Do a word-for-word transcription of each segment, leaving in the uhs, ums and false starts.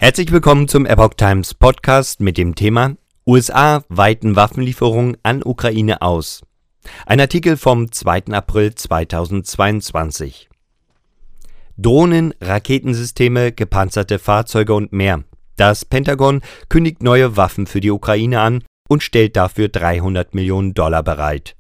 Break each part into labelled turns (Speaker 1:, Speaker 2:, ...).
Speaker 1: Herzlich willkommen zum Epoch Times Podcast mit dem Thema U S A weiten Waffenlieferungen an Ukraine aus. Ein Artikel vom zweiten April zweitausendzweiundzwanzig. Drohnen, Raketensysteme, gepanzerte Fahrzeuge und mehr. Das Pentagon kündigt neue Waffen für die Ukraine an und stellt dafür dreihundert Millionen Dollar bereit.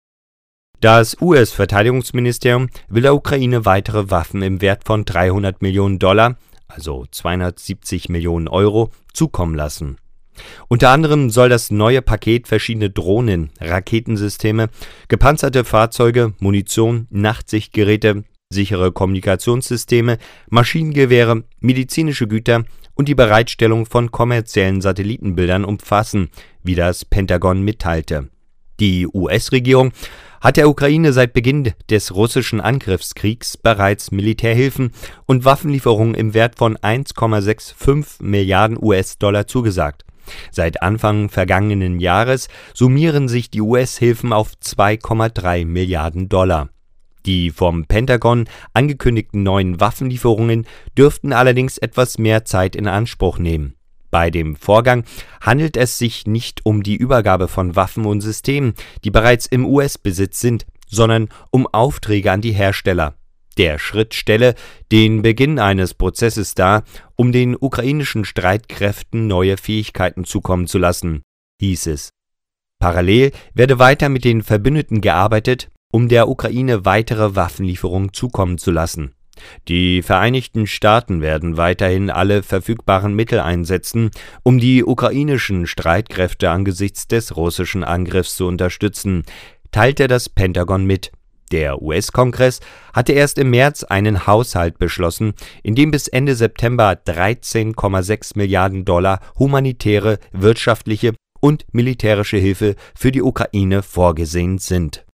Speaker 1: Das U S-Verteidigungsministerium will der Ukraine weitere Waffen im Wert von dreihundert Millionen Dollar, also zweihundertsiebzig Millionen Euro, zukommen lassen. Unter anderem soll das neue Paket verschiedene Drohnen, Raketensysteme, gepanzerte Fahrzeuge, Munition, Nachtsichtgeräte, sichere Kommunikationssysteme, Maschinengewehre, medizinische Güter und die Bereitstellung von kommerziellen Satellitenbildern umfassen, wie das Pentagon mitteilte. Die U S-Regierung hat der Ukraine seit Beginn des russischen Angriffskriegs bereits Militärhilfen und Waffenlieferungen im Wert von eins Komma fünfundsechzig Milliarden U S-Dollar zugesagt. Seit Anfang vergangenen Jahres summieren sich die U S-Hilfen auf zwei Komma drei Milliarden Dollar. Die vom Pentagon angekündigten neuen Waffenlieferungen dürften allerdings etwas mehr Zeit in Anspruch nehmen. Bei dem Vorgang handelt es sich nicht um die Übergabe von Waffen und Systemen, die bereits im U S-Besitz sind, sondern um Aufträge an die Hersteller. Der Schritt stelle den Beginn eines Prozesses dar, um den ukrainischen Streitkräften neue Fähigkeiten zukommen zu lassen, hieß es. Parallel werde weiter mit den Verbündeten gearbeitet, um der Ukraine weitere Waffenlieferungen zukommen zu lassen. Die Vereinigten Staaten werden weiterhin alle verfügbaren Mittel einsetzen, um die ukrainischen Streitkräfte angesichts des russischen Angriffs zu unterstützen, teilte das Pentagon mit. Der U S-Kongress hatte erst im März einen Haushalt beschlossen, in dem bis Ende September dreizehn Komma sechs Milliarden Dollar humanitäre, wirtschaftliche und militärische Hilfe für die Ukraine vorgesehen sind.